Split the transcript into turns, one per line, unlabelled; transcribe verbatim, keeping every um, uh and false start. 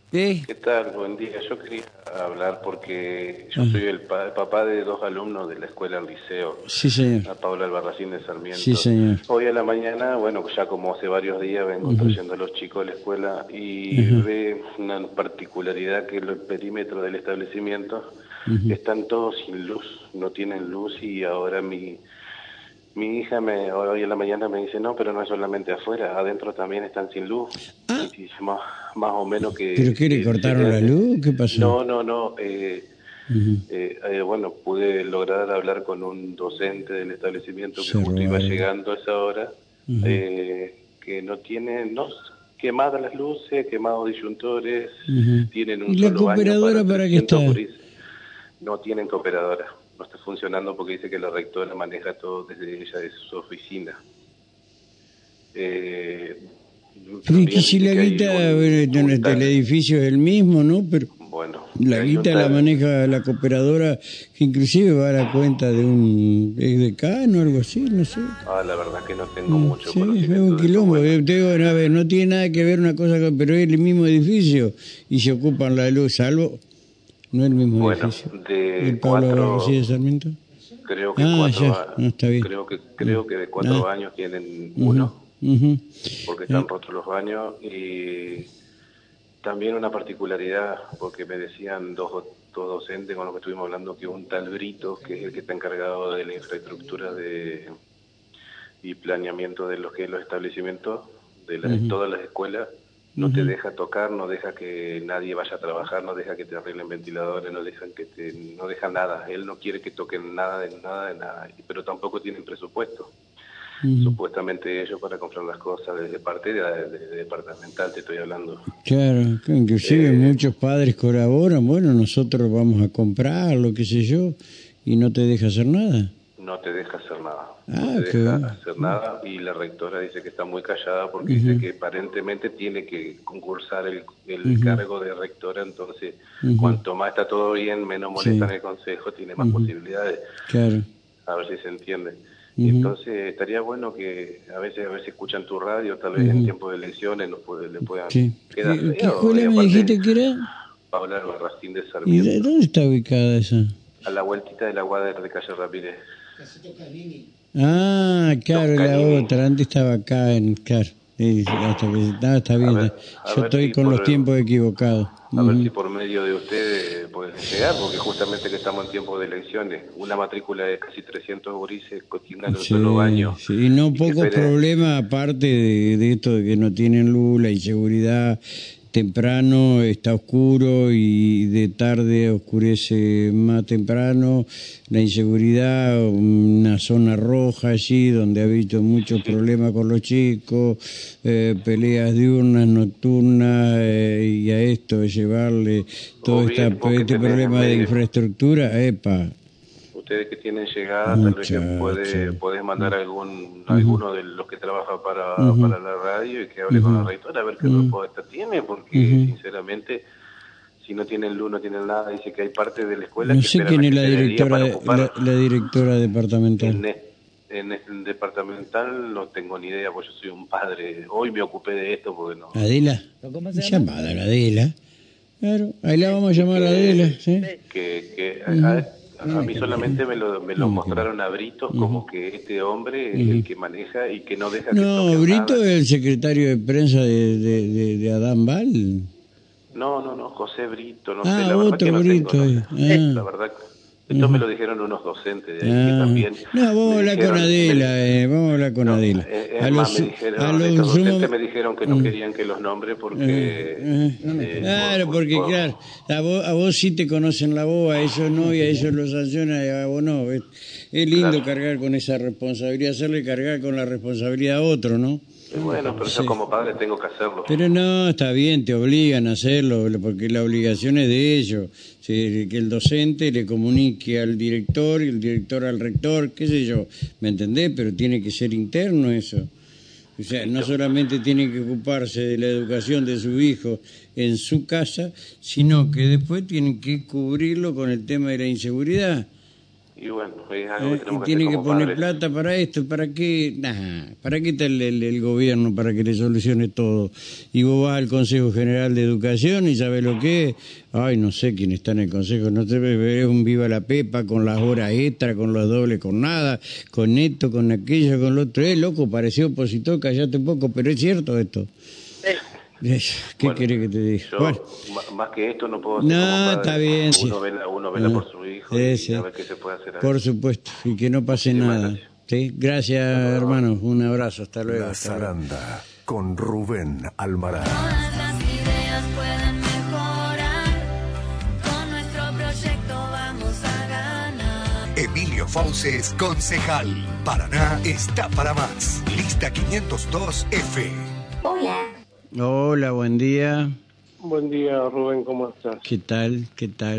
¿Eh?
¿Qué tal? Buen día. Yo quería hablar porque yo
Ah,
soy el, pa- papá de dos alumnos de la escuela al liceo,
sí, señor.
a Paula Albarracín de
Sí,
Sarmiento.
señor.
Hoy a la mañana, bueno, ya como hace varios días vengo
Ujú,
trayendo a los chicos a la escuela y
ajá,
ve una particularidad que el perímetro del establecimiento
ujú.
están todos sin luz, no tienen luz y ahora mi mi hija me, hoy en la mañana me dice, no, pero no es solamente afuera, adentro también están sin luz.
Ah,
Y dice, más, más o menos
¿pero
que
qué, le
el,
cortaron la
eh,
luz? ¿Qué pasó?
no, no, no. Eh,
Ujú.
eh, eh, bueno, pude lograr hablar con un docente del establecimiento que justo
Cerro
iba
Largo.
llegando a esa hora,
Ujú,
eh, que no tiene, no, quemadas las luces, quemados disyuntores,
ujú.
tienen un
¿Y la
solo baño
cooperadora
para
para qué
trescientos
está?
gurises. No tienen cooperadora, no está funcionando porque dice que la rectora maneja todo desde ella, de su oficina. Eh,
Pero es que
También
si
dice
la
que hay
guita,
un,
bueno,
un
el el
tal,
edificio es el mismo, ¿no? Pero
bueno,
la
que hay un
guita la
tal,
maneja la cooperadora, que inclusive va a la cuenta de un decano o algo así, no sé.
ah, la verdad que no tengo
Mm,
mucho
sí, es un
conocimiento de eso,
quilombo.
bueno.
Yo te digo, no, a ver, no tiene nada que ver una cosa con, pero es el mismo edificio y se ocupan la luz, salvo, no es el mismo
Bueno,
edificio. ¿El
de
Pablo Barracía de
cuatro,
Sarmiento?
creo que
Ah, ya,
cuatro, a-
no, está bien.
creo que,
Mm.
creo que de
Ah,
cuatro años tienen
ujú,
uno,
ujú.
porque
Eh,
están rotos los baños y también una particularidad, porque me decían dos, dos docentes con los que estuvimos hablando que un tal Brito, que es el que está encargado de la infraestructura de, y planeamiento de lo que es los establecimientos, de, la, de
ujú,
todas las escuelas, no te
ujú.
deja tocar, no deja que nadie vaya a trabajar, no deja que te arreglen ventiladores, no dejan que te, no deja nada. Él no quiere que toquen nada de nada de nada, pero tampoco tienen presupuesto.
Ujú.
Supuestamente ellos para comprar las cosas desde parte de, de, de departamental, te estoy hablando.
Claro, que inclusive
Eh,
muchos padres colaboran, bueno, nosotros vamos a comprar, lo que sé yo, y no te deja hacer nada.
no te deja hacer nada, no
Ah,
te
qué
deja
bien.
hacer nada y la rectora dice que está muy callada porque dice
Ujú,
que aparentemente tiene que concursar el, el
ujú,
cargo de rectora, entonces
ujú.
cuanto más está todo bien, menos molesta
Sí,
en el consejo, tiene más
ujú,
posibilidades,
claro.
a ver si se entiende. Y
Ujú,
entonces estaría bueno que a veces a ver si escuchan tu radio, tal vez en
ujú.
tiempo de elecciones nos puede, le puedan,
Sí.
queda
¿Qué, qué
feo y
escuela me
aparte
dijiste que era?
Paula Albarracín de
¿Y de
Sarmiento,
dónde está ubicada esa?
a la vueltita de la Guadaira de Calle Ramírez,
Ah, claro, la
Toscanini.
otra. Antes estaba acá en... Claro. Sí, sí, hasta que... Ah, está
A
bien.
ver,
Está-
a
Yo
ver
estoy
si
con
por
los tiempos equivocados.
a ver si
Ujú.
por medio de ustedes pueden llegar, porque justamente que estamos en tiempo de elecciones, una matrícula de casi trescientos gurises que tengan un solo
Sí,
baño
sí, y no
y que
pocos
esperen.
problemas aparte de, de esto de que no tienen luz, la inseguridad, temprano está oscuro y de tarde oscurece más temprano, la inseguridad, una zona roja allí donde ha habido
Sí,
muchos
sí,
problemas con los chicos, eh, peleas diurnas, nocturnas, eh, y a esto de llevarle todo
o
esta,
bien vos que
este
tenés en
problema de
medio,
infraestructura, epa,
ustedes que tienen llegada, tal vez le puede,
muchacho.
podés mandar algún
Ujú,
alguno de los que trabajan para,
ujú,
para la radio y que hable con la
ujú,
rectora a ver qué
ujú,
propuesta tiene, porque
ujú.
sinceramente si no tienen luz, no tienen nada, dice que hay parte de la escuela
No
que
sé
esperan
quién
a
es
que
la
se dé día
directora,
para
de- la,
ocupar.
la directora departamental.
En, es- en el departamental no tengo ni idea, porque yo soy un padre. Hoy me ocupé de esto porque no.
Adela. Llamada la Adela. Claro, ahí la vamos a
Y
llamar a Adela,
que,
¿sí?
que, que
Ujú.
a, a mí solamente me lo, me
No
lo
me quemé.
mostraron a Britos
Ujú,
como que este hombre es el
ujú.
que maneja y que no deja que
No,
toquen
Brito
nada.
es el secretario de prensa de, de, de, de Adán Val.
No, no, no, José Brito, no sé,
Ah,
la verdad que
otro
no tengo,
Brito.
no sé.
eh. Ah,
La verdad, esto me
ujú.
lo dijeron unos docentes de ahí que
Ah,
también
no, vamos
me
a hablar con
dijeron, me,
Adela, eh, vamos a hablar con
no,
Adela.
eh,
A
es más,
los,
me
a
dijeron, estos
los
docentes
sumos...
me dijeron que no
Mm.
querían que los nombre
Eh,
porque,
eh,
eh, por,
claro,
por,
porque
por,
claro, a vos, a vos sí te conocen la voz, a ellos no, y a ellos los sancionan, y a vos no. Es, es lindo
claro.
cargar con esa responsabilidad, hacerle cargar con la responsabilidad a otro, ¿no?
Y bueno, pero yo
Sí.
como padre tengo que hacerlo.
Pero no, está bien, te obligan a hacerlo, porque la obligación es de ellos. Sí, que el docente le comunique al director y el director al rector, qué sé yo, ¿me entendés? Pero tiene que ser interno eso. O sea,
Sí,
no
yo,
solamente tiene que ocuparse de la educación de su hijo en su casa, sino que después tienen que cubrirlo con el tema de la inseguridad.
Y bueno, es algo que
Eh, y
tenemos que
tiene
hacer
que
como
poner
padres.
plata para esto, ¿para qué? Nah, ¿para qué está el, el, el gobierno para que le solucione todo? Y vos vas al Consejo General de Educación y sabés lo que es. Ay, no sé quién está en el Consejo, no te ves un viva la pepa con las horas extra, con los dobles, con nada, con esto, con aquello, con lo otro. Eh, loco, pareció opositor, callate un poco, pero es cierto esto. ¿Qué
Bueno,
querés que te diga?
Yo,
Bueno.
m- más que esto, no puedo hacer
No,
como padre.
está bien. Sí.
Uno vela, uno vela
Ah,
por su hijo
sí,
y
sí.
a ver qué se puede hacer. A
Por
ver.
supuesto, y que no pase
Muchísimas
nada.
gracias.
¿Sí? Gracias, hermano. Un abrazo. Hasta luego.
La
Hasta luego.
Zaranda con Rubén Almarán.
Todas las ideas pueden mejorar. Con nuestro proyecto vamos a ganar.
Emilio Fauces, concejal. Paraná está para más. Lista quinientos dos F.
Hola.
Hola, buen día.
Buen día, Rubén, ¿cómo estás?
¿Qué tal? ¿Qué tal?